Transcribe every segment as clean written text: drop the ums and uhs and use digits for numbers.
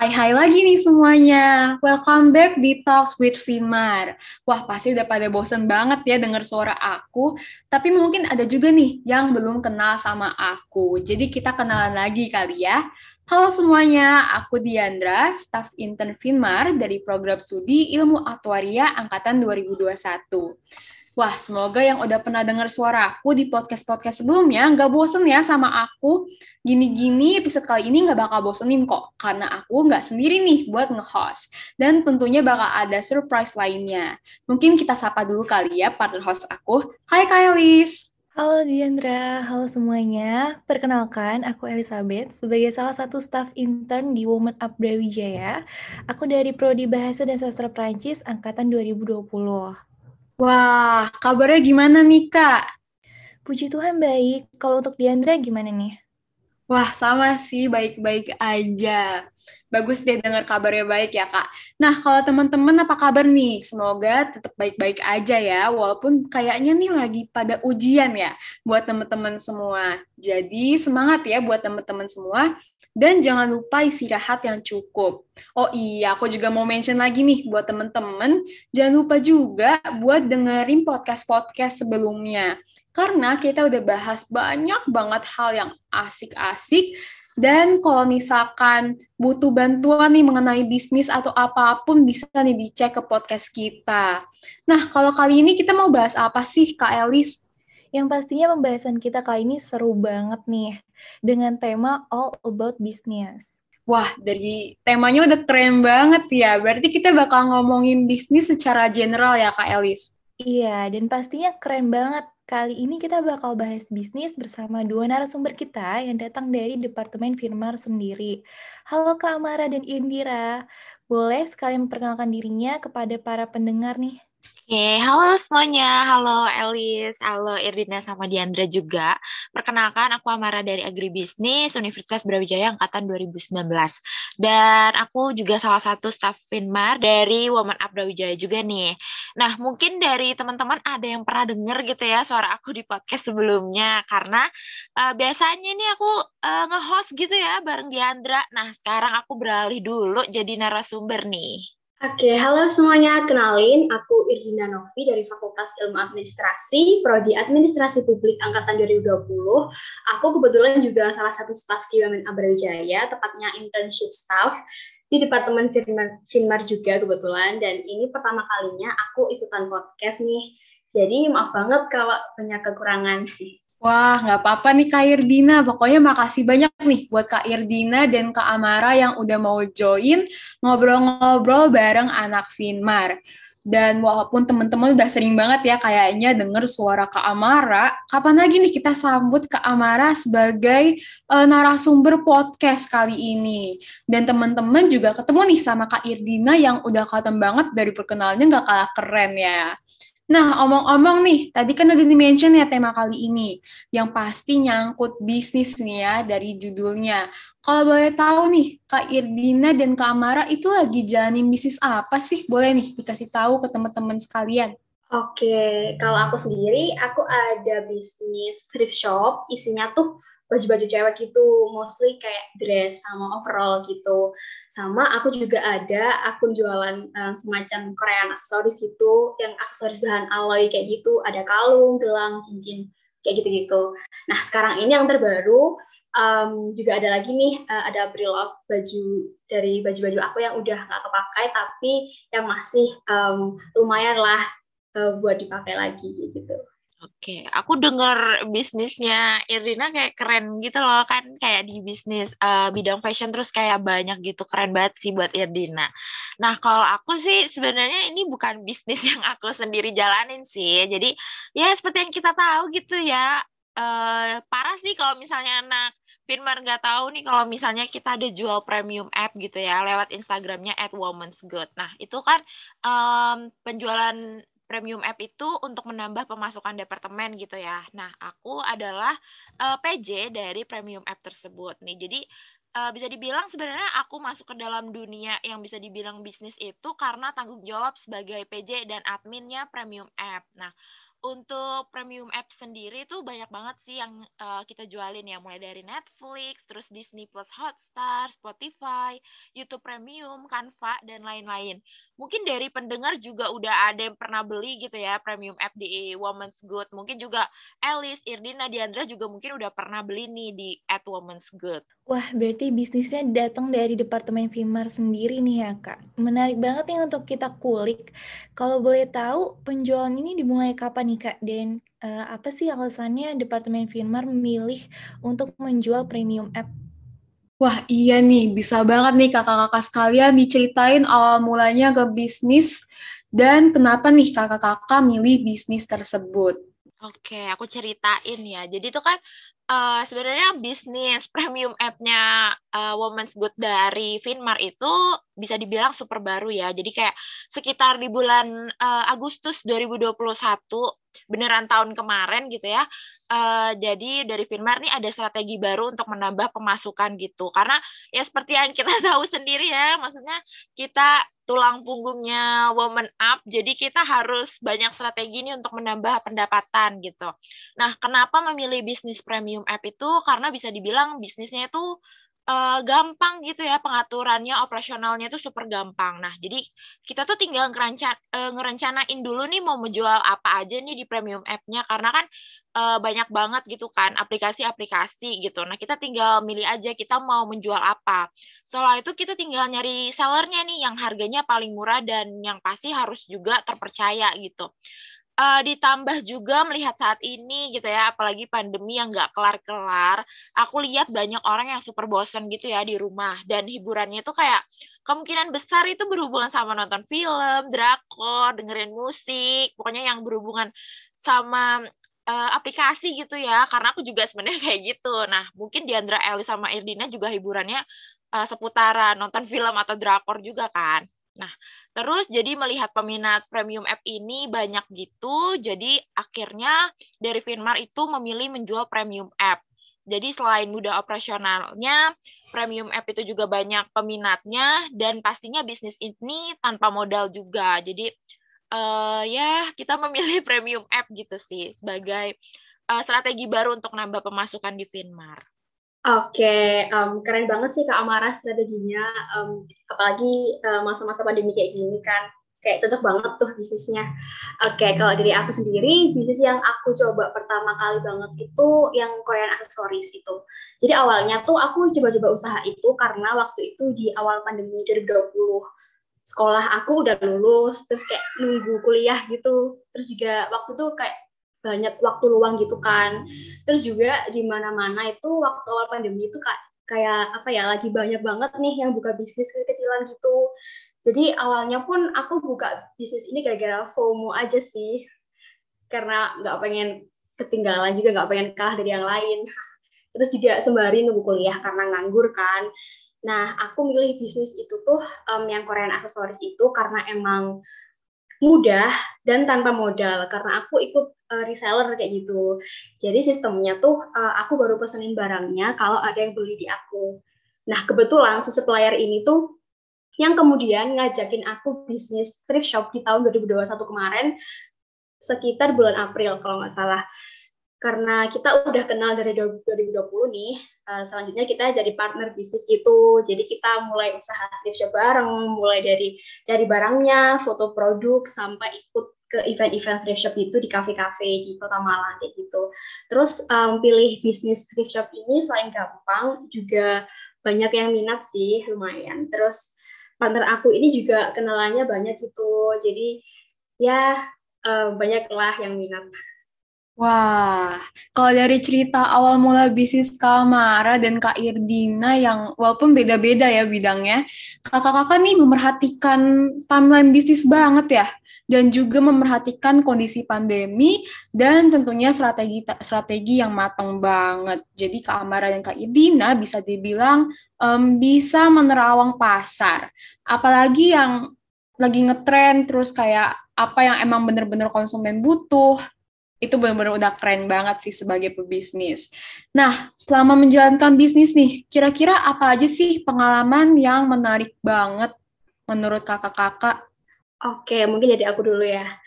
Hai lagi nih semuanya. Welcome back di Talks with Finmar. Wah, pasti udah pada bosen banget ya denger suara aku. Tapi mungkin ada juga nih yang belum kenal sama aku. Jadi kita kenalan lagi kali ya. Halo semuanya, aku Diandra, staf intern Finmar dari program studi Ilmu Aktuaria Angkatan 2021. Wah, semoga yang udah pernah dengar suara aku di podcast-podcast sebelumnya nggak bosen ya sama aku. Gini-gini episode kali ini nggak bakal bosenin kok, karena aku nggak sendiri nih buat nge-host. Dan tentunya bakal ada surprise lainnya. Mungkin kita sapa dulu kali ya partner host aku. Hai Kailis! Halo Diandra, halo semuanya. Perkenalkan, aku Elizabeth sebagai salah satu staf intern di Women Up Brawijaya. Aku dari Prodi Bahasa dan Sastra Prancis angkatan 2020. Wah, kabarnya gimana nih Kak? Puji Tuhan baik. Kalau untuk Diandra gimana nih? Wah, sama sih, baik-baik aja. Bagus deh dengar kabarnya baik ya, Kak. Nah, kalau teman-teman apa kabar nih? Semoga tetap baik-baik aja ya, walaupun kayaknya nih lagi pada ujian ya buat teman-teman semua. Jadi, semangat ya buat teman-teman semua. Dan jangan lupa istirahat yang cukup. Oh iya, aku juga mau mention lagi nih buat teman-teman, jangan lupa juga buat dengerin podcast-podcast sebelumnya. Karena kita udah bahas banyak banget hal yang asik-asik, dan kalau misalkan butuh bantuan nih mengenai bisnis atau apapun, bisa nih dicek ke podcast kita. Nah, kalau kali ini kita mau bahas apa sih, Kak Elis? Yang pastinya pembahasan kita kali ini seru banget nih dengan tema All About Business. Wah, dari temanya udah keren banget ya. Berarti kita bakal ngomongin bisnis secara general ya, Kak Elis? Iya, dan pastinya keren banget. Kali ini kita bakal bahas bisnis bersama dua narasumber kita yang datang dari Departemen Firmar sendiri. Halo Kak Amara dan Indira, boleh sekalian memperkenalkan dirinya kepada para pendengar nih? Oke, halo semuanya. Halo Elis, halo Irdina sama Diandra juga. Perkenalkan, aku Amara dari Agribisnis Universitas Brawijaya Angkatan 2019. Dan aku juga salah satu staf Finmar dari Women Up Brawijaya juga nih. Nah, mungkin dari teman-teman ada yang pernah denger gitu ya suara aku di podcast sebelumnya. Karena biasanya nih aku nge-host gitu ya bareng Diandra. Nah, sekarang aku beralih dulu jadi narasumber nih. Oke, halo semuanya. Kenalin, aku Irdina Novi dari Fakultas Ilmu Administrasi, Prodi Administrasi Publik Angkatan 2020. Aku kebetulan juga salah satu staf di Women Brawijaya, tepatnya internship staff di Departemen Finmar juga kebetulan. Dan ini pertama kalinya aku ikutan podcast nih. Jadi maaf banget kalau banyak kekurangan sih. Wah, nggak apa-apa nih Kak Irdina. Pokoknya makasih banyak nih buat Kak Irdina dan Kak Amara yang udah mau join ngobrol-ngobrol bareng anak Finmar. Dan walaupun teman-teman udah sering banget ya kayaknya denger suara Kak Amara, kapan lagi nih kita sambut Kak Amara sebagai narasumber podcast kali ini. Dan teman-teman juga ketemu nih sama Kak Irdina yang udah kelihatan banget dari perkenalannya nggak kalah keren ya. Nah, omong-omong nih, tadi kan udah di-mention ya tema kali ini, yang pasti nyangkut bisnis nih ya dari judulnya. Kalau boleh tahu nih, Kak Irdina dan Kak Amara itu lagi jalanin bisnis apa sih? Boleh nih dikasih tahu ke teman-teman sekalian. Oke, kalau aku sendiri, aku ada bisnis thrift shop, isinya tuh baju-baju cewek gitu, mostly kayak dress sama overall gitu. Sama aku juga ada akun jualan semacam Korean aksesoris gitu, yang aksesoris bahan alloy kayak gitu, ada kalung, gelang, cincin, kayak gitu-gitu. Nah, sekarang ini yang terbaru, juga ada lagi nih, ada pre-love baju dari baju-baju aku yang udah nggak kepakai, tapi yang masih lumayan lah buat dipakai lagi gitu. Oke, aku denger bisnisnya Irina kayak keren gitu loh kan kayak di bisnis bidang fashion terus kayak banyak gitu keren banget sih buat Irdina. Nah kalau aku sih sebenarnya ini bukan bisnis yang aku sendiri jalanin sih. Jadi ya seperti yang kita tahu gitu ya parah sih kalau misalnya anak Finmar nggak tahu nih kalau misalnya kita ada jual premium app gitu ya lewat Instagramnya @womensgood. Nah itu kan penjualan premium app itu untuk menambah pemasukan departemen gitu ya. Nah, aku adalah PJ dari premium app tersebut nih. Jadi bisa dibilang sebenarnya aku masuk ke dalam dunia yang bisa dibilang bisnis itu karena tanggung jawab sebagai PJ dan adminnya premium app. Nah, untuk premium app sendiri tuh banyak banget sih yang kita jualin ya, mulai dari Netflix, terus Disney Plus Hotstar, Spotify, YouTube Premium, Canva, dan lain-lain. Mungkin dari pendengar juga udah ada yang pernah beli gitu ya premium app di Women's Good. Mungkin juga Alice, Irdina, Diandra juga mungkin udah pernah beli nih di @Women's Good. Wah, berarti bisnisnya datang dari Departemen Vimar sendiri nih ya, Kak. Menarik banget nih untuk kita kulik. Kalau boleh tahu, penjualan ini dimulai kapan nih, Kak? Dan apa sih alasannya Departemen Vimar memilih untuk menjual premium app? Wah, iya nih, bisa banget nih kakak-kakak sekalian diceritain awal mulanya ke bisnis dan kenapa nih kakak-kakak milih bisnis tersebut. Oke, aku ceritain ya. Jadi itu kan sebenarnya bisnis premium app-nya Women's Good dari Finmar itu bisa dibilang super baru ya. Jadi kayak sekitar di bulan Agustus 2021, beneran tahun kemarin gitu ya. Jadi dari Finmar nih ada strategi baru untuk menambah pemasukan gitu. Karena ya seperti yang kita tahu sendiri ya, maksudnya kita tulang punggungnya Women Up, jadi kita harus banyak strategi nih untuk menambah pendapatan gitu. Nah, kenapa memilih bisnis premium app itu? Karena bisa dibilang bisnisnya itu gampang gitu ya, pengaturannya, operasionalnya itu super gampang. Nah, jadi kita tuh tinggal ngerencanain dulu nih mau menjual apa aja nih di premium app-nya, karena kan banyak banget gitu kan aplikasi-aplikasi gitu. Nah, kita tinggal milih aja kita mau menjual apa. Setelah itu kita tinggal nyari sellernya nih yang harganya paling murah dan yang pasti harus juga terpercaya gitu. Ditambah juga melihat saat ini gitu ya, apalagi pandemi yang nggak kelar-kelar, aku lihat banyak orang yang super bosen gitu ya di rumah, dan hiburannya itu kayak kemungkinan besar itu berhubungan sama nonton film, drakor, dengerin musik, pokoknya yang berhubungan sama aplikasi gitu ya, karena aku juga sebenarnya kayak gitu. Nah, mungkin Diandra, Eli, sama Irdina juga hiburannya seputaran nonton film atau drakor juga kan. Nah, terus jadi melihat peminat premium app ini banyak gitu, jadi akhirnya dari Finmar itu memilih menjual premium app. Jadi selain mudah operasionalnya, premium app itu juga banyak peminatnya, dan pastinya bisnis ini tanpa modal juga. Jadi ya kita memilih premium app gitu sih sebagai strategi baru untuk nambah pemasukan di Finmar. Oke, keren banget sih Kak Amara strateginya, apalagi masa-masa pandemi kayak gini kan, kayak cocok banget tuh bisnisnya. Oke, kalau dari aku sendiri, bisnis yang aku coba pertama kali banget itu yang Korean Accessories itu. Jadi awalnya tuh aku coba-coba usaha itu karena waktu itu di awal pandemi 2020, sekolah aku udah lulus, terus kayak nunggu kuliah gitu, terus juga waktu itu kayak banyak waktu luang gitu kan. Terus juga di mana-mana itu waktu awal pandemi itu kayak apa ya, lagi banyak banget nih yang buka bisnis kecil-kecilan gitu. Jadi awalnya pun aku buka bisnis ini gara-gara FOMO aja sih, karena nggak pengen ketinggalan juga, nggak pengen kalah dari yang lain. Terus juga sembari nunggu kuliah karena nganggur kan. Nah, aku milih bisnis itu tuh yang Korean Accessories itu karena emang mudah dan tanpa modal, karena aku ikut reseller kayak gitu. Jadi sistemnya tuh aku baru pesenin barangnya kalau ada yang beli di aku. Nah, kebetulan si supplier ini tuh yang kemudian ngajakin aku bisnis thrift shop di tahun 2021 kemarin, sekitar bulan April kalau nggak salah. Karena kita udah kenal dari 2020 nih, selanjutnya kita jadi partner bisnis itu. Jadi kita mulai usaha thrift shop bareng, mulai dari cari barangnya, foto produk, sampai ikut ke event-event thrift shop itu di kafe-kafe di Kota Malang kayak gitu. Terus pilih bisnis thrift shop ini selain gampang, juga banyak yang minat sih, lumayan. Terus partner aku ini juga kenalannya banyak gitu. Jadi ya banyaklah yang minat. Wah, kalau dari cerita awal mula bisnis Kak Mara dan Kak Irdina yang walaupun beda-beda ya bidangnya, kakak-kakak nih memerhatikan timeline bisnis banget ya, dan juga memerhatikan kondisi pandemi dan tentunya strategi yang matang banget. Jadi Kak Mara dan Kak Irdina bisa dibilang bisa menerawang pasar, apalagi yang lagi ngetren terus kayak apa yang emang bener-bener konsumen butuh. Itu benar-benar udah keren banget sih sebagai pebisnis. Nah, selama menjalankan bisnis nih, kira-kira apa aja sih pengalaman yang menarik banget menurut kakak-kakak? Oke, mungkin dari aku dulu ya.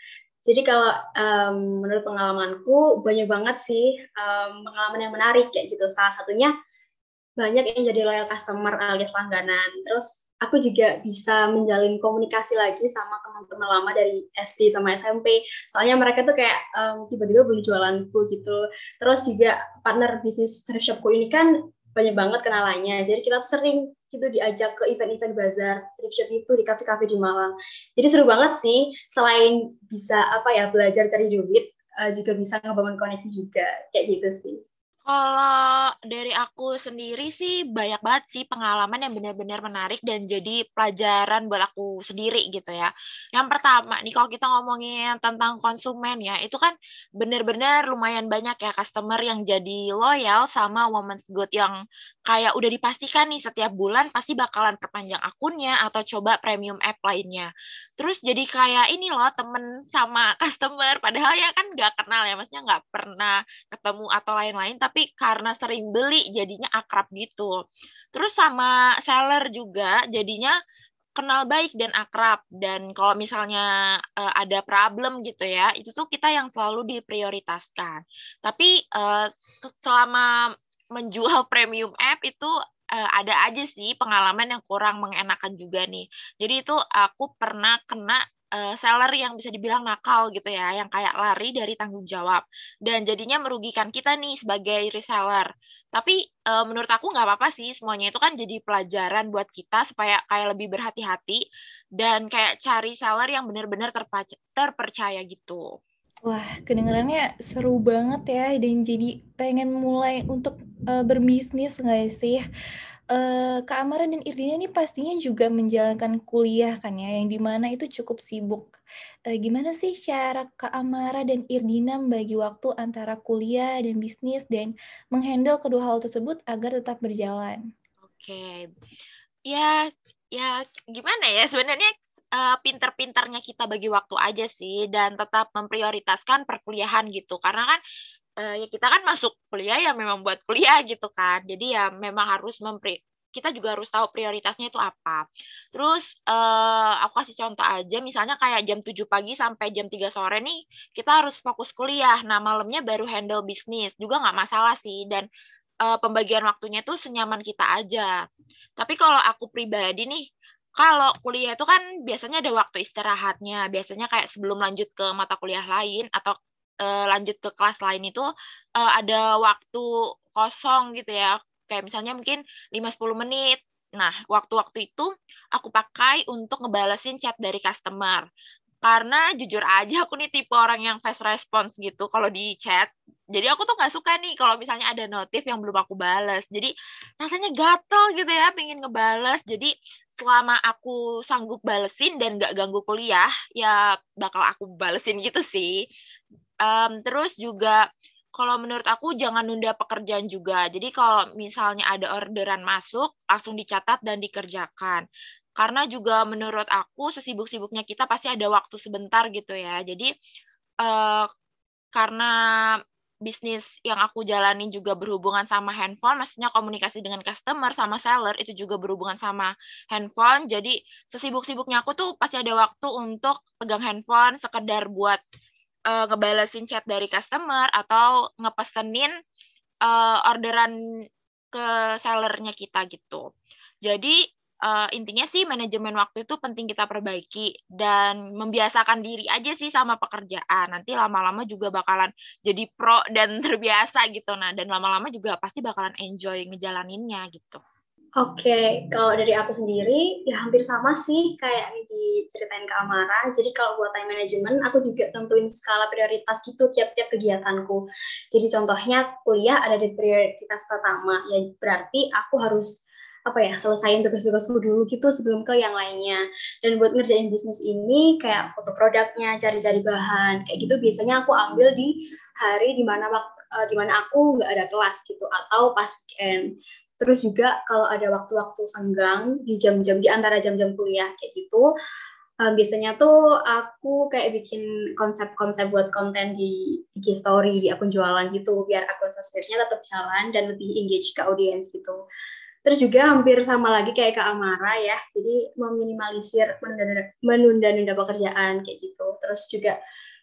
Jadi kalau menurut pengalamanku banyak banget sih pengalaman yang menarik kayak gitu. Salah satunya banyak yang jadi loyal customer alias langganan. Terus aku juga bisa menjalin komunikasi lagi sama teman-teman lama dari SD sama SMP. Soalnya mereka tuh kayak tiba-tiba beli jualanku gitu. Terus juga partner bisnis thrift shopku ini kan banyak banget kenalannya. Jadi kita tuh sering gitu diajak ke event-event bazar thrift shop itu di kafe-kafe di Malang. Jadi seru banget sih. Selain bisa belajar cari duit, juga bisa ngebangun koneksi juga kayak gitu sih. Kalau dari aku sendiri sih banyak banget sih pengalaman yang benar-benar menarik dan jadi pelajaran buat aku sendiri gitu ya. Yang pertama nih kalau kita ngomongin tentang konsumen ya, itu kan benar-benar lumayan banyak ya customer yang jadi loyal sama Women's Good yang kayak udah dipastikan nih setiap bulan pasti bakalan perpanjang akunnya atau coba premium app lainnya. Terus jadi kayak ini loh temen sama customer, padahal ya kan nggak kenal ya, maksudnya nggak pernah ketemu atau lain-lain, tapi karena sering beli jadinya akrab gitu. Terus sama seller juga jadinya kenal baik dan akrab. Dan kalau misalnya ada problem gitu ya, itu tuh kita yang selalu diprioritaskan. Tapi selama menjual premium app itu ada aja sih pengalaman yang kurang mengenakan juga nih. Jadi itu aku pernah kena seller yang bisa dibilang nakal gitu ya, yang kayak lari dari tanggung jawab dan jadinya merugikan kita nih sebagai reseller. Tapi menurut aku nggak apa-apa sih, semuanya itu kan jadi pelajaran buat kita supaya kayak lebih berhati-hati dan kayak cari seller yang benar-benar terpercaya gitu. Wah, kedengarannya seru banget ya, dan jadi pengen mulai untuk berbisnis nggak sih? Kak Amara dan Irdina ini pastinya juga menjalankan kuliah kan ya, yang dimana itu cukup sibuk. Gimana sih cara Kak Amara dan Irdina membagi waktu antara kuliah dan bisnis dan menghandle kedua hal tersebut agar tetap berjalan? Oke, ya, gimana ya? Sebenarnya pinter-pinternya kita bagi waktu aja sih dan tetap memprioritaskan perkuliahan gitu. Karena kan ya kita kan masuk kuliah ya memang buat kuliah gitu kan. Jadi ya memang harus kita juga harus tahu prioritasnya itu apa. Terus aku kasih contoh aja, misalnya kayak jam 7 pagi sampai jam 3 sore nih, kita harus fokus kuliah. Nah, malamnya baru handle bisnis. Juga nggak masalah sih. Dan pembagian waktunya tuh senyaman kita aja. Tapi kalau aku pribadi nih, kalau kuliah itu kan biasanya ada waktu istirahatnya. Biasanya kayak sebelum lanjut ke mata kuliah lain atau lanjut ke kelas lain itu ada waktu kosong gitu ya. Kayak misalnya mungkin 5-10 menit. Nah, waktu-waktu itu aku pakai untuk ngebalesin chat dari customer. Karena jujur aja aku nih tipe orang yang fast response gitu kalau di chat. Jadi aku tuh nggak suka nih kalau misalnya ada notif yang belum aku balas. Jadi rasanya gatel gitu ya, pengen ngebales. Jadi selama aku sanggup balesin dan nggak ganggu kuliah, ya bakal aku balesin gitu sih. Terus juga kalau menurut aku jangan nunda pekerjaan juga. Jadi kalau misalnya ada orderan masuk, langsung dicatat dan dikerjakan. Karena juga menurut aku sesibuk-sibuknya kita pasti ada waktu sebentar gitu ya. Jadi karena bisnis yang aku jalani juga berhubungan sama handphone, maksudnya komunikasi dengan customer sama seller itu juga berhubungan sama handphone. Jadi sesibuk-sibuknya aku tuh pasti ada waktu untuk pegang handphone sekedar buat ngebalesin chat dari customer atau ngepesenin orderan ke sellernya kita gitu. Jadi intinya sih manajemen waktu itu penting kita perbaiki dan membiasakan diri aja sih sama pekerjaan. Nanti lama-lama juga bakalan jadi pro dan terbiasa gitu. Nah, dan lama-lama juga pasti bakalan enjoy ngejalaninnya gitu. Oke, kalau dari aku sendiri ya hampir sama sih kayak yang diceritain Kak Amara. Jadi kalau buat time management, aku juga tentuin skala prioritas gitu tiap-tiap kegiatanku. Jadi contohnya kuliah ada di prioritas pertama, ya berarti aku harus selesaiin tugas-tugasku dulu gitu sebelum ke yang lainnya. Dan buat ngerjain bisnis ini kayak foto produknya, cari-cari bahan, kayak gitu biasanya aku ambil di hari dimana aku nggak ada kelas gitu atau pas weekend. Terus juga kalau ada waktu-waktu senggang di jam-jam di antara jam-jam kuliah kayak gitu, biasanya tuh aku kayak bikin konsep-konsep buat konten di IG story di akun jualan gitu biar akun sosmednya tetap jalan dan lebih engage ke audiens gitu. Terus juga hampir sama lagi kayak Kak Amara ya, jadi meminimalisir menunda-nunda pekerjaan kayak gitu. Terus juga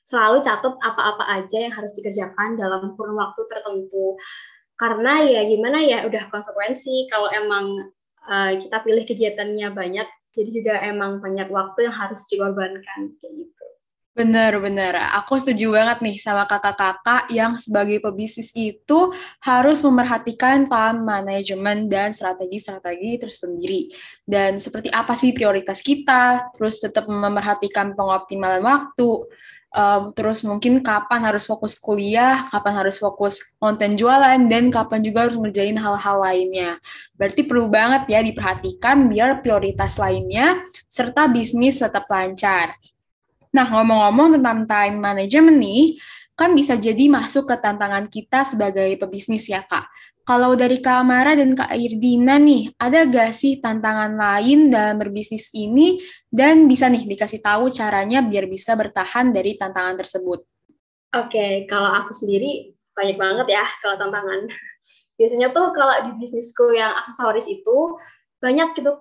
selalu catat apa-apa aja yang harus dikerjakan dalam kurun waktu tertentu. Karena ya gimana ya, udah konsekuensi kalau emang kita pilih kegiatannya banyak, jadi juga emang banyak waktu yang harus dikorbankan kayak gitu. Bener-bener, aku setuju banget nih sama kakak-kakak yang sebagai pebisnis itu harus memerhatikan time manajemen dan strategi-strategi tersendiri. Dan seperti apa sih prioritas kita, terus tetap memerhatikan pengoptimalan waktu, terus mungkin kapan harus fokus kuliah, kapan harus fokus konten jualan, dan kapan juga harus ngerjain hal-hal lainnya. Berarti perlu banget ya diperhatikan biar prioritas lainnya serta bisnis tetap lancar. Nah, ngomong-ngomong tentang time management nih, kan bisa jadi masuk ke tantangan kita sebagai pebisnis ya, Kak. Kalau dari Kak Amara dan Kak Irdina nih, ada gak sih tantangan lain dalam berbisnis ini dan bisa nih dikasih tahu caranya biar bisa bertahan dari tantangan tersebut? Oke, kalau aku sendiri banyak banget ya kalau tantangan. Biasanya tuh kalau di bisnisku yang aksesoris itu banyak gitu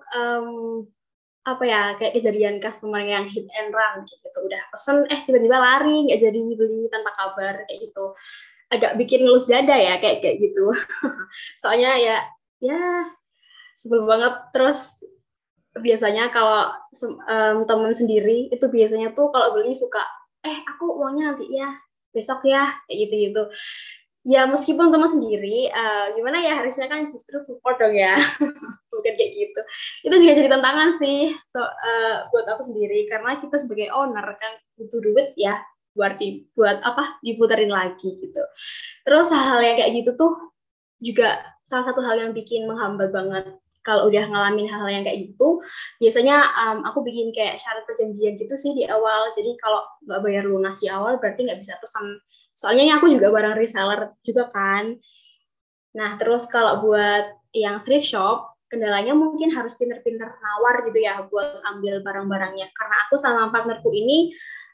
apa ya, kayak kejadian customer yang hit and run gitu, udah pesen tiba-tiba lari nggak jadi beli tanpa kabar kayak gitu, agak bikin ngelus dada ya kayak gitu. Soalnya ya sebel banget. Terus biasanya kalau temen sendiri itu biasanya tuh kalau beli suka aku uangnya nanti ya besok ya kayak gitu ya, meskipun teman sendiri gimana ya, harusnya kan justru support dong ya. Bukan kayak gitu. Itu juga jadi tantangan sih buat aku sendiri, karena kita sebagai owner kan butuh duit ya buat apa diputerin lagi gitu. Terus hal-hal yang kayak gitu tuh juga salah satu hal yang bikin menghambat banget. Kalau udah ngalamin hal-hal yang kayak gitu, biasanya aku bikin kayak syarat perjanjian gitu sih di awal. Jadi kalau nggak bayar lunas di awal berarti nggak bisa pesan. Soalnya aku juga barang reseller juga kan. Nah, terus kalau buat yang thrift shop, kendalanya mungkin harus pinter-pinter nawar gitu ya buat ambil barang-barangnya. Karena aku sama partnerku ini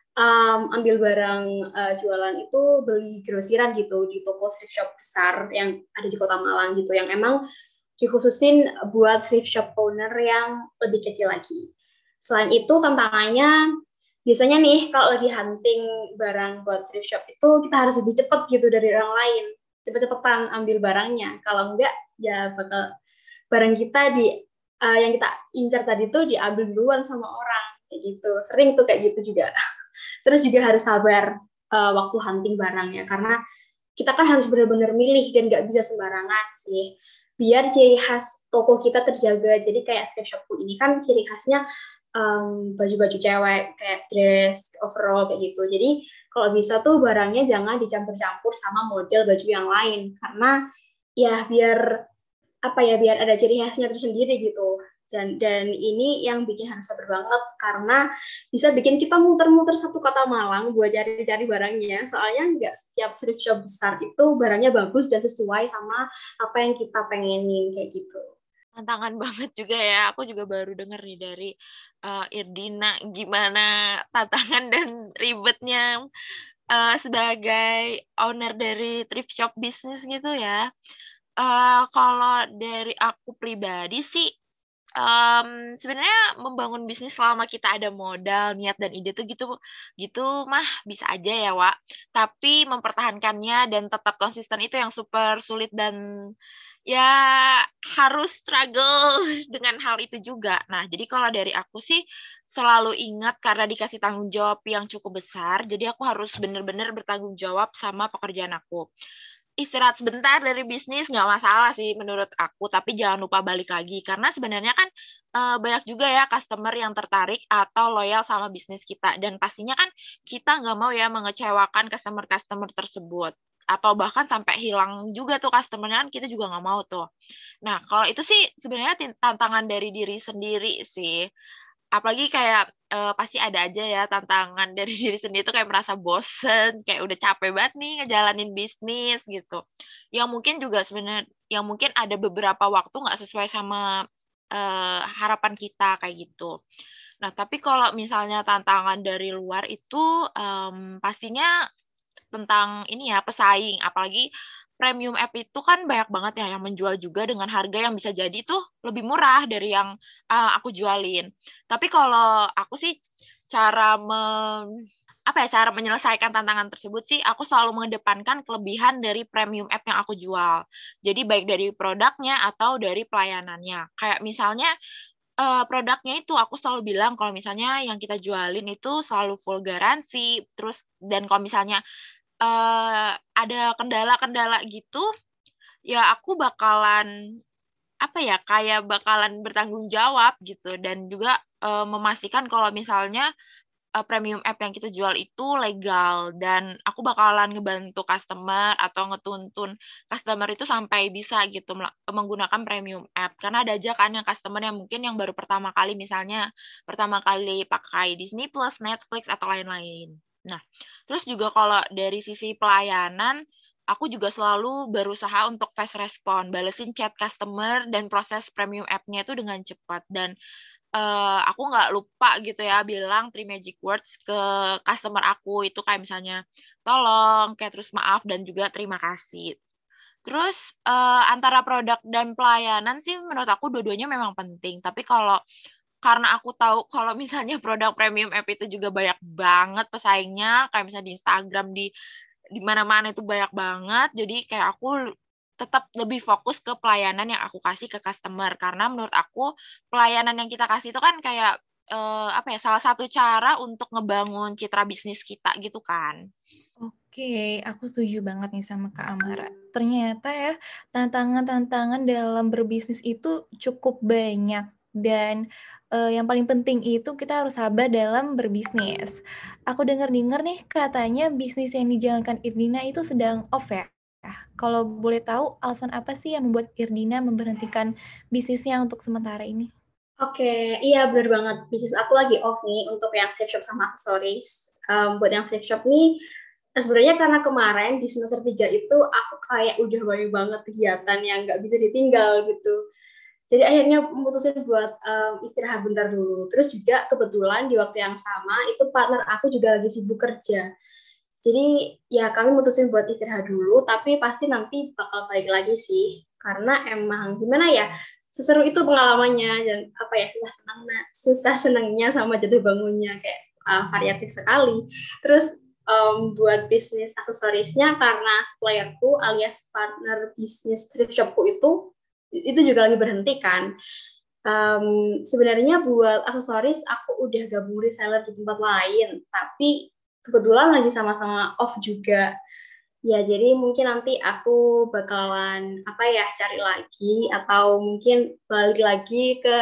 ambil barang jualan itu beli grosiran gitu di toko thrift shop besar yang ada di Kota Malang gitu, yang emang dikhususin buat thrift shop owner yang lebih kecil lagi. Selain itu tantangannya biasanya nih kalau lagi hunting barang buat thrift shop itu kita harus lebih cepat gitu dari orang lain, cepet-cepetan ambil barangnya. Kalau enggak ya bakal barang kita yang kita incar tadi tuh diambil duluan sama orang kayak gitu. Sering tuh kayak gitu juga. Terus juga harus sabar waktu hunting barangnya, karena kita kan harus benar-benar milih dan nggak bisa sembarangan sih, biar ciri khas toko kita terjaga. Jadi kayak thrift shopku ini kan ciri khasnya baju-baju cewek kayak dress, overall kayak gitu. Jadi kalau bisa tuh barangnya jangan dicampur-campur sama model baju yang lain, karena ya biar ada ciri khasnya tersendiri gitu. Dan ini yang bikin harus sabar banget, karena bisa bikin kita muter-muter satu kota Malang buat cari-cari barangnya. Soalnya nggak setiap thrift shop besar itu barangnya bagus dan sesuai sama apa yang kita pengenin kayak gitu. Tantangan banget juga ya. Aku juga baru denger nih dari Irdina gimana tantangan dan ribetnya sebagai owner dari thrift shop bisnis gitu ya. Kalau dari aku pribadi sih, sebenarnya membangun bisnis selama kita ada modal, niat dan ide tuh gitu mah bisa aja ya, Wak. Tapi mempertahankannya dan tetap konsisten itu yang super sulit, dan ya harus struggle dengan hal itu juga. Nah, jadi kalau dari aku sih selalu ingat karena dikasih tanggung jawab yang cukup besar, jadi aku harus benar-benar bertanggung jawab sama pekerjaan aku. Istirahat sebentar dari bisnis nggak masalah sih menurut aku, tapi jangan lupa balik lagi, karena sebenarnya kan banyak juga ya customer yang tertarik atau loyal sama bisnis kita, dan pastinya kan kita nggak mau ya mengecewakan customer-customer tersebut, atau bahkan sampai hilang juga tuh customer-nya, kan kita juga nggak mau tuh. Nah, kalau itu sih sebenarnya tantangan dari diri sendiri sih. Apalagi kayak pasti ada aja ya tantangan dari diri sendiri tuh, kayak merasa bosen, kayak udah capek banget nih ngejalanin bisnis gitu. Yang mungkin ada beberapa waktu nggak sesuai sama harapan kita kayak gitu. Nah, tapi kalau misalnya tantangan dari luar itu pastinya tentang ini ya, pesaing. Apalagi premium app itu kan banyak banget ya yang menjual juga dengan harga yang bisa jadi tuh lebih murah dari yang aku jualin. Tapi kalau aku sih cara cara menyelesaikan tantangan tersebut sih, aku selalu mengedepankan kelebihan dari premium app yang aku jual. Jadi baik dari produknya atau dari pelayanannya. Kayak misalnya produknya itu aku selalu bilang kalau misalnya yang kita jualin itu selalu full garansi, terus dan kalau misalnya ada kendala-kendala gitu, ya aku bakalan kayak bakalan bertanggung jawab gitu, dan juga memastikan kalau misalnya premium app yang kita jual itu legal, dan aku bakalan ngebantu customer atau ngetuntun customer itu sampai bisa gitu menggunakan premium app, karena ada aja kan yang customer yang mungkin yang baru pertama kali, misalnya pertama kali pakai Disney Plus, Netflix atau lain-lain. Nah, terus juga kalau dari sisi pelayanan, aku juga selalu berusaha untuk fast respon, balesin chat customer dan proses premium app-nya itu dengan cepat, dan aku nggak lupa gitu ya bilang 3 magic words ke customer aku, itu kayak misalnya tolong, kayak terus maaf, dan juga terima kasih. Terus antara produk dan pelayanan sih menurut aku dua-duanya memang penting, tapi karena aku tahu kalau misalnya produk premium app itu juga banyak banget pesaingnya, kayak misalnya di Instagram, di mana-mana itu banyak banget, jadi kayak aku tetap lebih fokus ke pelayanan yang aku kasih ke customer, karena menurut aku pelayanan yang kita kasih itu kan kayak salah satu cara untuk ngebangun citra bisnis kita gitu kan. Oke, aku setuju banget nih sama Kak Amara. Ternyata ya, tantangan-tantangan dalam berbisnis itu cukup banyak. Dan yang paling penting itu kita harus sabar dalam berbisnis. Aku dengar-dengar nih katanya bisnis yang dijalankan Irdina itu sedang off ya. Kalau boleh tahu, alasan apa sih yang membuat Irdina memberhentikan bisnisnya untuk sementara ini? Oke, iya benar banget. Bisnis aku lagi off nih untuk yang thrift shop sama aksesoris. Buat yang thrift shop nih, sebenarnya karena kemarin di semester 3 itu aku kayak udah banyak banget kegiatan yang nggak bisa ditinggal gitu. Jadi akhirnya memutusin buat istirahat bentar dulu. Terus juga kebetulan di waktu yang sama itu partner aku juga lagi sibuk kerja. Jadi ya kami mutusin buat istirahat dulu, tapi pasti nanti bakal balik lagi sih. Karena emang gimana ya, seseru itu pengalamannya, dan apa ya, susah senangnya sama jatuh bangunnya kayak variatif sekali. Terus buat bisnis aksesorisnya, karena supplierku alias partner bisnis thrift shopku itu juga lagi berhenti kan. Sebenarnya buat aksesoris aku udah gabung reseller di tempat lain, tapi kebetulan lagi sama-sama off juga. Ya, jadi mungkin nanti aku bakalan cari lagi, atau mungkin balik lagi ke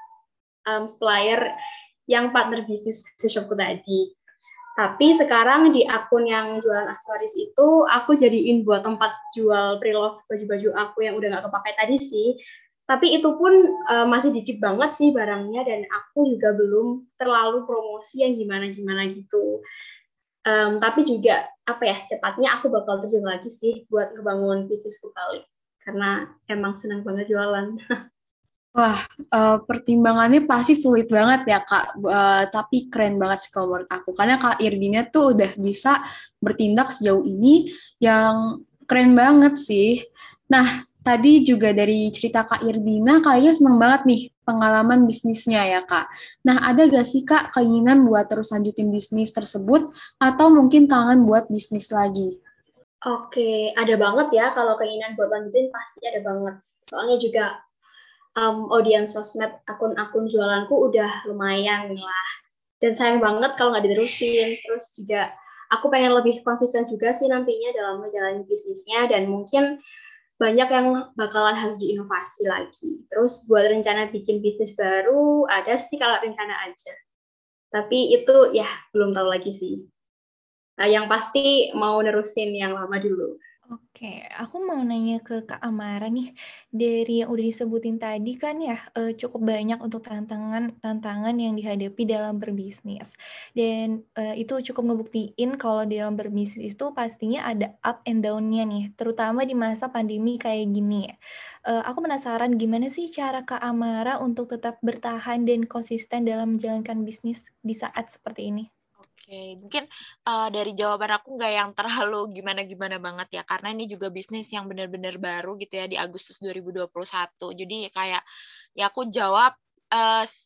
supplier yang partner bisnis di shopku tadi. Tapi sekarang di akun yang jualan aksesoris itu aku jadiin buat tempat jual pre-love baju-baju aku yang udah gak kepakai tadi sih. Tapi itu pun masih dikit banget sih barangnya, dan aku juga belum terlalu promosi yang gimana-gimana gitu. Tapi juga secepatnya aku bakal terjun lagi sih buat ngebangun bisnisku kali. Karena emang senang banget jualan. Wah, pertimbangannya pasti sulit banget ya, Kak. Tapi keren banget sih kalau menurut aku. Karena Kak Irdina tuh udah bisa bertindak sejauh ini yang keren banget sih. Nah, tadi juga dari cerita Kak Irdina, kayaknya seneng banget nih pengalaman bisnisnya ya, Kak. Nah, ada gak sih, Kak, keinginan buat terus lanjutin bisnis tersebut, atau mungkin kangen buat bisnis lagi? Oke, ada banget ya kalau keinginan buat lanjutin, pasti ada banget. Soalnya juga audiens sosmed akun-akun jualanku udah lumayan lah. Dan sayang banget kalau nggak diterusin. Terus juga aku pengen lebih konsisten juga sih nantinya dalam menjalani bisnisnya, dan mungkin banyak yang bakalan harus diinovasi lagi. Terus buat rencana bikin bisnis baru, ada sih kalau rencana aja. Tapi itu ya belum tahu lagi sih. Nah, yang pasti mau nerusin yang lama dulu. Oke, aku mau nanya ke Kak Amara nih, dari yang udah disebutin tadi kan ya, cukup banyak untuk tantangan yang dihadapi dalam berbisnis. Dan itu cukup ngebuktiin kalau di dalam berbisnis itu pastinya ada up and down-nya nih, terutama di masa pandemi kayak gini. Aku penasaran gimana sih cara Kak Amara untuk tetap bertahan dan konsisten dalam menjalankan bisnis di saat seperti ini? Oke, mungkin dari jawaban aku nggak yang terlalu gimana-gimana banget ya, karena ini juga bisnis yang benar-benar baru gitu ya di Agustus 2021. Jadi kayak ya aku jawab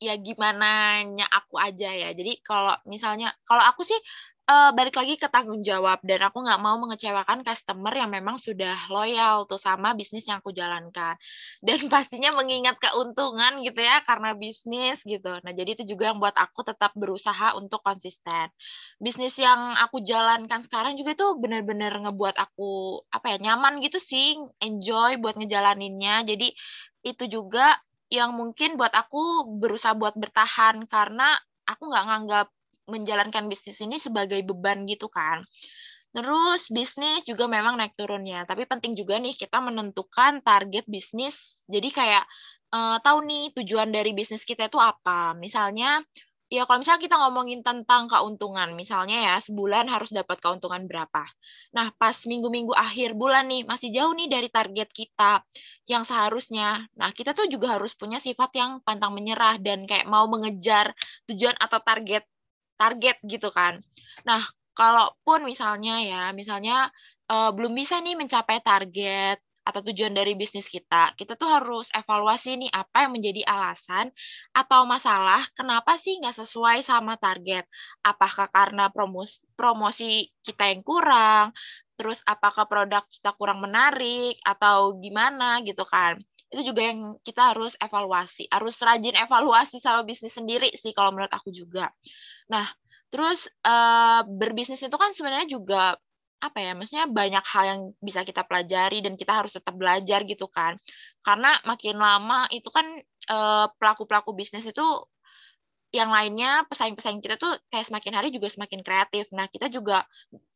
ya gimananya aku aja ya. Jadi kalau aku sih balik lagi ke tanggung jawab, dan aku nggak mau mengecewakan customer yang memang sudah loyal tuh sama bisnis yang aku jalankan. Dan pastinya mengingat keuntungan gitu ya, karena bisnis gitu. Nah, jadi itu juga yang buat aku tetap berusaha untuk konsisten. Bisnis yang aku jalankan sekarang juga itu benar-benar ngebuat aku nyaman gitu sih, enjoy buat ngejalaninnya. Jadi itu juga yang mungkin buat aku berusaha buat bertahan, karena aku nggak nganggap menjalankan bisnis ini sebagai beban gitu kan. Terus bisnis juga memang naik turunnya, tapi penting juga nih kita menentukan target bisnis. Jadi kayak tahu nih tujuan dari bisnis kita itu apa. Misalnya, ya kalau misalnya kita ngomongin tentang keuntungan, misalnya ya sebulan harus dapat keuntungan berapa. Nah, pas minggu-minggu akhir bulan nih, masih jauh nih dari target kita yang seharusnya. Nah, kita tuh juga harus punya sifat yang pantang menyerah dan kayak mau mengejar tujuan atau target gitu kan. Nah, kalaupun misalnya belum bisa nih mencapai target atau tujuan dari bisnis kita tuh harus evaluasi nih apa yang menjadi alasan atau masalah kenapa sih nggak sesuai sama target. Apakah karena promosi kita yang kurang, terus apakah produk kita kurang menarik, atau gimana gitu kan. Itu juga yang kita harus evaluasi. Harus rajin evaluasi sama bisnis sendiri sih kalau menurut aku juga. Nah, terus berbisnis itu kan sebenarnya juga maksudnya banyak hal yang bisa kita pelajari dan kita harus tetap belajar gitu kan. Karena makin lama itu kan pelaku-pelaku bisnis itu yang lainnya, pesaing-pesaing kita tuh kayak semakin hari juga semakin kreatif. Nah, kita juga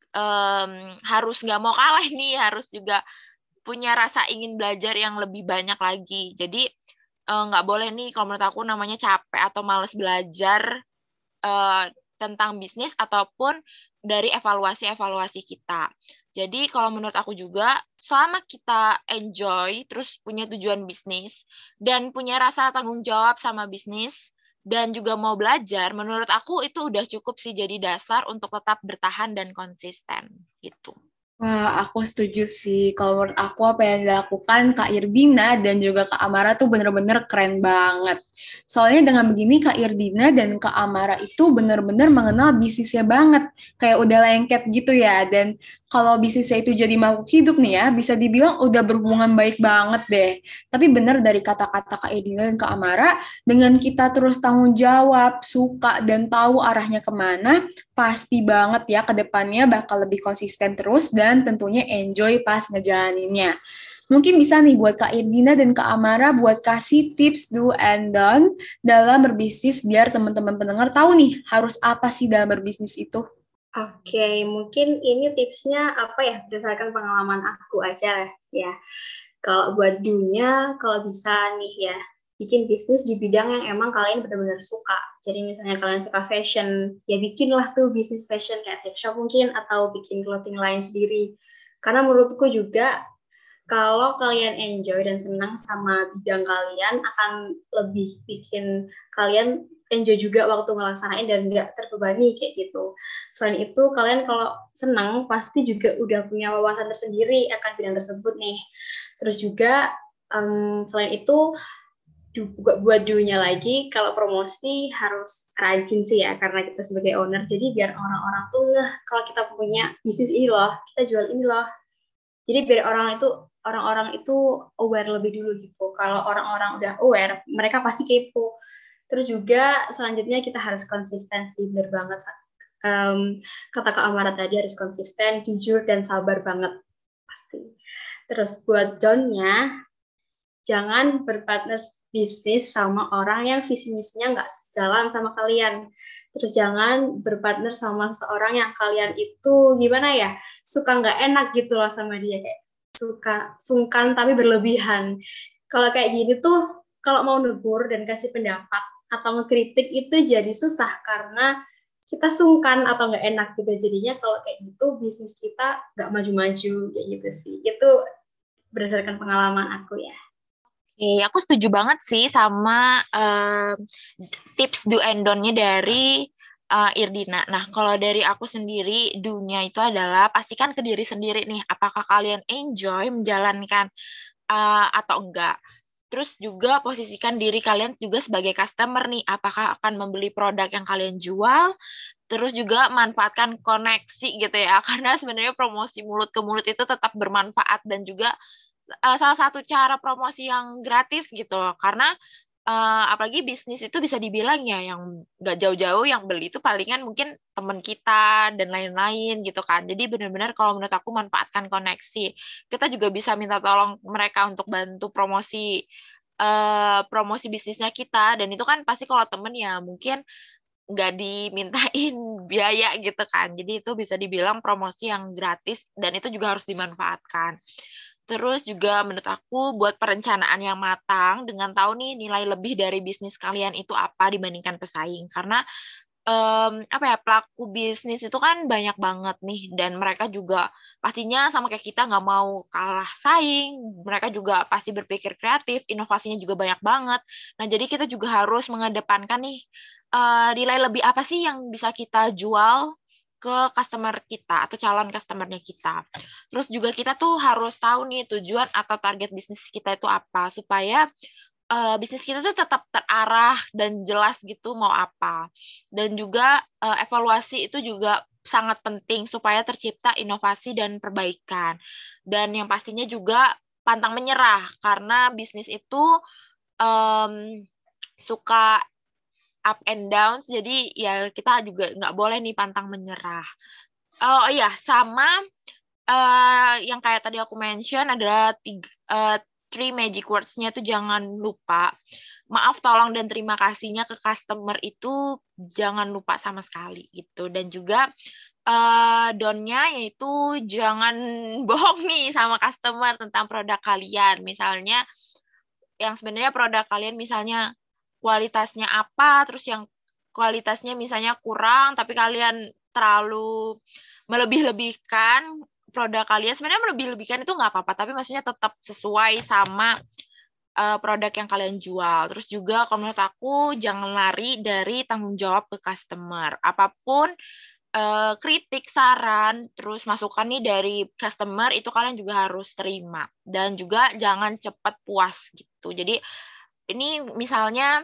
harus nggak mau kalah nih, harus juga punya rasa ingin belajar yang lebih banyak lagi. Jadi nggak boleh nih kalau menurut aku namanya capek atau males belajar tentang bisnis ataupun dari evaluasi kita. Jadi kalau menurut aku juga selama kita enjoy terus punya tujuan bisnis dan punya rasa tanggung jawab sama bisnis dan juga mau belajar, menurut aku itu udah cukup sih jadi dasar untuk tetap bertahan dan konsisten gitu. Wah, aku setuju sih. Kalau menurut aku apa yang dilakukan Kak Irdina dan juga Kak Amara tuh bener-bener keren banget. Soalnya dengan begini Kak Irdina dan Kak Amara itu bener-bener mengenal bisnisnya banget. Kayak udah lengket gitu ya. Dan kalau bisnisnya itu jadi makhluk hidup nih ya, bisa dibilang udah berhubungan baik banget deh. Tapi bener dari kata-kata Kak Irdina dan Kak Amara, dengan kita terus tanggung jawab, suka, dan tahu arahnya kemana, pasti banget ya ke depannya bakal lebih konsisten terus dan tentunya enjoy pas ngejalaninnya. Mungkin bisa nih buat Kak Irdina dan Kak Amara buat kasih tips do and don't dalam berbisnis biar teman-teman pendengar tahu nih harus apa sih dalam berbisnis itu. Oke, mungkin ini tipsnya berdasarkan pengalaman aku aja ya. Kalau buat do-nya, kalau bisa nih ya, bikin bisnis di bidang yang emang kalian benar-benar suka. Jadi misalnya kalian suka fashion, ya bikinlah tuh bisnis fashion kayak thrift shop mungkin, atau bikin clothing line sendiri. Karena menurutku juga, kalau kalian enjoy dan senang sama bidang kalian, akan lebih bikin kalian enjoy juga waktu ngelaksanain dan nggak terbebani kayak gitu. Selain itu, kalian kalau senang, pasti juga udah punya wawasan tersendiri akan bidang tersebut nih. Terus juga, selain itu, buat do-nya lagi, kalau promosi harus rajin sih ya, karena kita sebagai owner, jadi biar orang-orang tuh ngeh kalau kita punya bisnis ini loh, kita jual ini loh. Jadi biar orang-orang itu aware lebih dulu gitu. Kalau orang-orang udah aware, mereka pasti kepo. Terus juga selanjutnya kita harus konsisten sih, bener banget. Kata Kak Amara tadi harus konsisten, jujur, dan sabar banget. Pasti. Terus buat down-nya, jangan berpartner bisnis sama orang yang visi misinya nggak sejalan sama kalian. Terus jangan berpartner sama seorang yang kalian itu gimana ya, suka nggak enak gitu loh sama dia, kayak suka sungkan tapi berlebihan. Kalau kayak gini tuh, kalau mau negur dan kasih pendapat atau ngekritik itu jadi susah karena kita sungkan atau nggak enak gitu. Jadinya kalau kayak gitu bisnis kita nggak maju-maju kayak gitu sih. Itu berdasarkan pengalaman aku ya. Oke, aku setuju banget sih sama tips do and don't-nya dari Irdina. Nah, kalau dari aku sendiri, do-nya itu adalah pastikan ke diri sendiri nih, apakah kalian enjoy menjalankan atau enggak. Terus juga posisikan diri kalian juga sebagai customer nih, apakah akan membeli produk yang kalian jual, terus juga manfaatkan koneksi gitu ya, karena sebenarnya promosi mulut ke mulut itu tetap bermanfaat dan juga salah satu cara promosi yang gratis gitu, karena apalagi bisnis itu bisa dibilang ya yang nggak jauh-jauh yang beli itu palingan mungkin teman kita dan lain-lain gitu kan. Jadi benar-benar kalau menurut aku manfaatkan koneksi. Kita juga bisa minta tolong mereka untuk bantu promosi bisnisnya kita, dan itu kan pasti kalau temen ya mungkin nggak dimintain biaya gitu kan. Jadi itu bisa dibilang promosi yang gratis dan itu juga harus dimanfaatkan. Terus juga menurut aku buat perencanaan yang matang dengan tahu nih nilai lebih dari bisnis kalian itu apa dibandingkan pesaing. Karena apa ya, pelaku bisnis itu kan banyak banget nih, dan mereka juga pastinya sama kayak kita nggak mau kalah saing. Mereka juga pasti berpikir kreatif, inovasinya juga banyak banget. Nah, jadi kita juga harus mengedepankan nih nilai lebih apa sih yang bisa kita jual ke customer kita atau calon customernya kita. Terus juga kita tuh harus tahu nih tujuan atau target bisnis kita itu apa, supaya bisnis kita tuh tetap terarah dan jelas gitu mau apa. Dan juga evaluasi itu juga sangat penting supaya tercipta inovasi dan perbaikan. Dan yang pastinya juga pantang menyerah, karena bisnis itu em, suka up and down, jadi ya kita juga nggak boleh nih pantang menyerah. Oh iya, sama yang kayak tadi aku mention adalah three magic words-nya itu jangan lupa. Maaf, tolong, dan terima kasihnya ke customer itu jangan lupa sama sekali gitu. Dan juga down-nya yaitu jangan bohong nih sama customer tentang produk kalian. Misalnya yang sebenarnya produk kalian misalnya kualitasnya apa, terus yang kualitasnya misalnya kurang, tapi kalian terlalu melebih-lebihkan produk kalian. Sebenarnya melebih-lebihkan itu nggak apa-apa, tapi maksudnya tetap sesuai sama produk yang kalian jual. Terus juga kalau menurut aku jangan lari dari tanggung jawab ke customer. Apapun kritik, saran, terus masukan nih dari customer itu kalian juga harus terima. Dan juga jangan cepat puas gitu. Jadi ini misalnya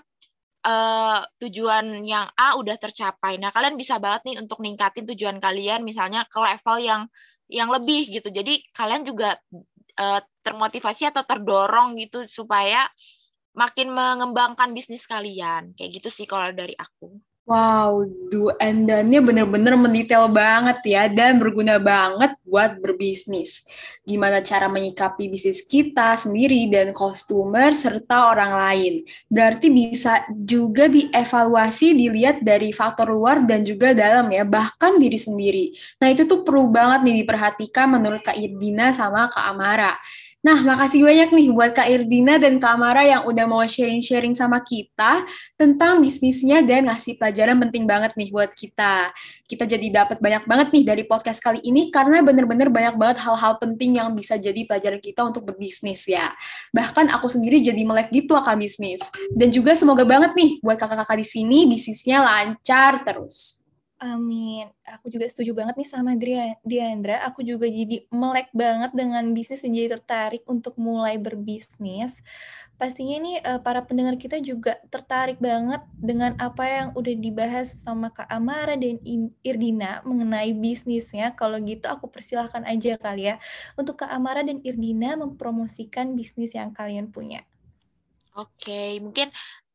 tujuan yang A udah tercapai. Nah, kalian bisa banget nih untuk ningkatin tujuan kalian misalnya ke level yang lebih gitu. Jadi kalian juga termotivasi atau terdorong gitu supaya makin mengembangkan bisnis kalian. Kayak gitu sih kalau dari aku. Wow, do and done-nya bener-bener mendetail banget ya, dan berguna banget buat berbisnis. Gimana cara menyikapi bisnis kita sendiri dan customer serta orang lain. Berarti bisa juga dievaluasi, dilihat dari faktor luar dan juga dalam ya, bahkan diri sendiri. Nah, itu tuh perlu banget nih diperhatikan menurut Kak Irdina sama Kak Amara. Nah, makasih banyak nih buat Kak Irdina dan Kak Amara yang udah mau sharing-sharing sama kita tentang bisnisnya dan ngasih pelajaran penting banget nih buat kita. Kita jadi dapat banyak banget nih dari podcast kali ini karena bener-bener banyak banget hal-hal penting yang bisa jadi pelajaran kita untuk berbisnis ya. Bahkan aku sendiri jadi melek gitu akan bisnis. Dan juga semoga banget nih buat kakak-kakak di sini bisnisnya lancar terus. Amin. Aku juga setuju banget nih sama Diandra. Aku juga jadi melek banget dengan bisnis dan jadi tertarik untuk mulai berbisnis. Pastinya nih para pendengar kita juga tertarik banget dengan apa yang udah dibahas sama Kak Amara dan Irdina mengenai bisnisnya. Kalau gitu aku persilahkan aja kali ya untuk Kak Amara dan Irdina mempromosikan bisnis yang kalian punya. Oke, mungkin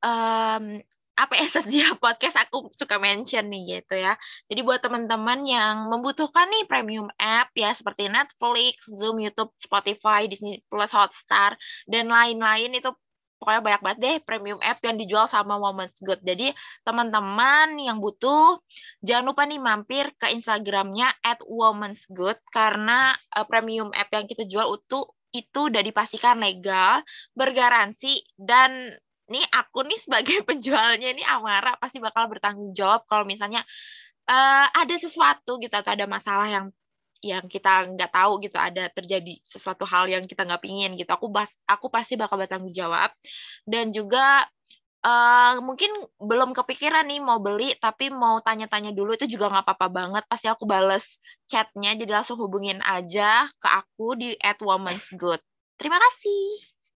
apa ya, setiap podcast aku suka mention nih gitu ya. Jadi buat teman-teman yang membutuhkan nih premium app ya seperti Netflix, Zoom, YouTube, Spotify, Disney Plus, Hotstar, dan lain-lain, itu pokoknya banyak banget deh premium app yang dijual sama Women's Good. Jadi teman-teman yang butuh jangan lupa nih mampir ke Instagramnya @womensgood, karena premium app yang kita jual itu udah dipastikan legal, bergaransi, dan nih aku nih sebagai penjualnya nih Amara pasti bakal bertanggung jawab kalau misalnya ada sesuatu gitu atau ada masalah yang kita nggak tahu gitu, ada terjadi sesuatu hal yang kita nggak pingin gitu, aku pasti bakal bertanggung jawab. Dan juga mungkin belum kepikiran nih mau beli tapi mau tanya-tanya dulu, itu juga nggak apa-apa banget, pasti aku bales chatnya, jadi langsung hubungin aja ke aku di @womensgood. Terima kasih.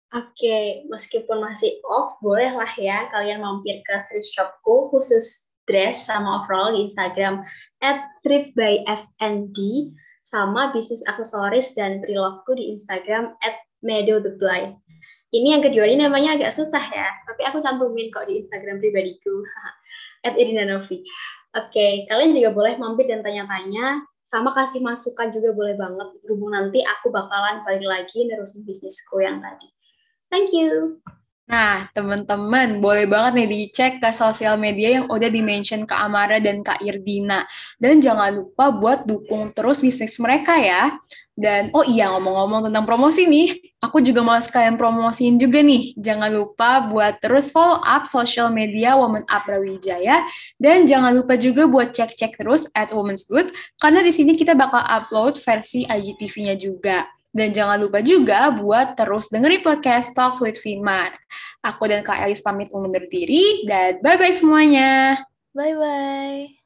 Oke, meskipun masih off, bolehlah ya kalian mampir ke thrift shopku khusus dress sama overall di Instagram @thriftbyfnd sama bisnis aksesoris dan pre-loveku di Instagram @meadowtheblind. Ini yang kedua ini namanya agak susah ya, tapi aku cantumin kok di Instagram pribadiku @irinanovi. Oke, kalian juga boleh mampir dan tanya-tanya, sama kasih masukan juga boleh banget. Berhubung nanti aku bakalan balik lagi nerusin bisnisku yang tadi. Thank you. Nah, teman-teman, boleh banget nih dicek ke sosial media yang udah di-mention Kak Amara dan Kak Irdina. Dan jangan lupa buat dukung terus bisnis mereka ya. Dan, oh iya, ngomong-ngomong tentang promosi nih, aku juga mau sekalian promosiin juga nih. Jangan lupa buat terus follow up social media Woman Up Brawijaya. Dan jangan lupa juga buat cek-cek terus @womensgood, karena di sini kita bakal upload versi IGTV-nya juga. Dan jangan lupa juga buat terus dengerin podcast Talks with Vimar. Aku dan Kak Elis pamit undur diri, dan bye-bye semuanya. Bye-bye.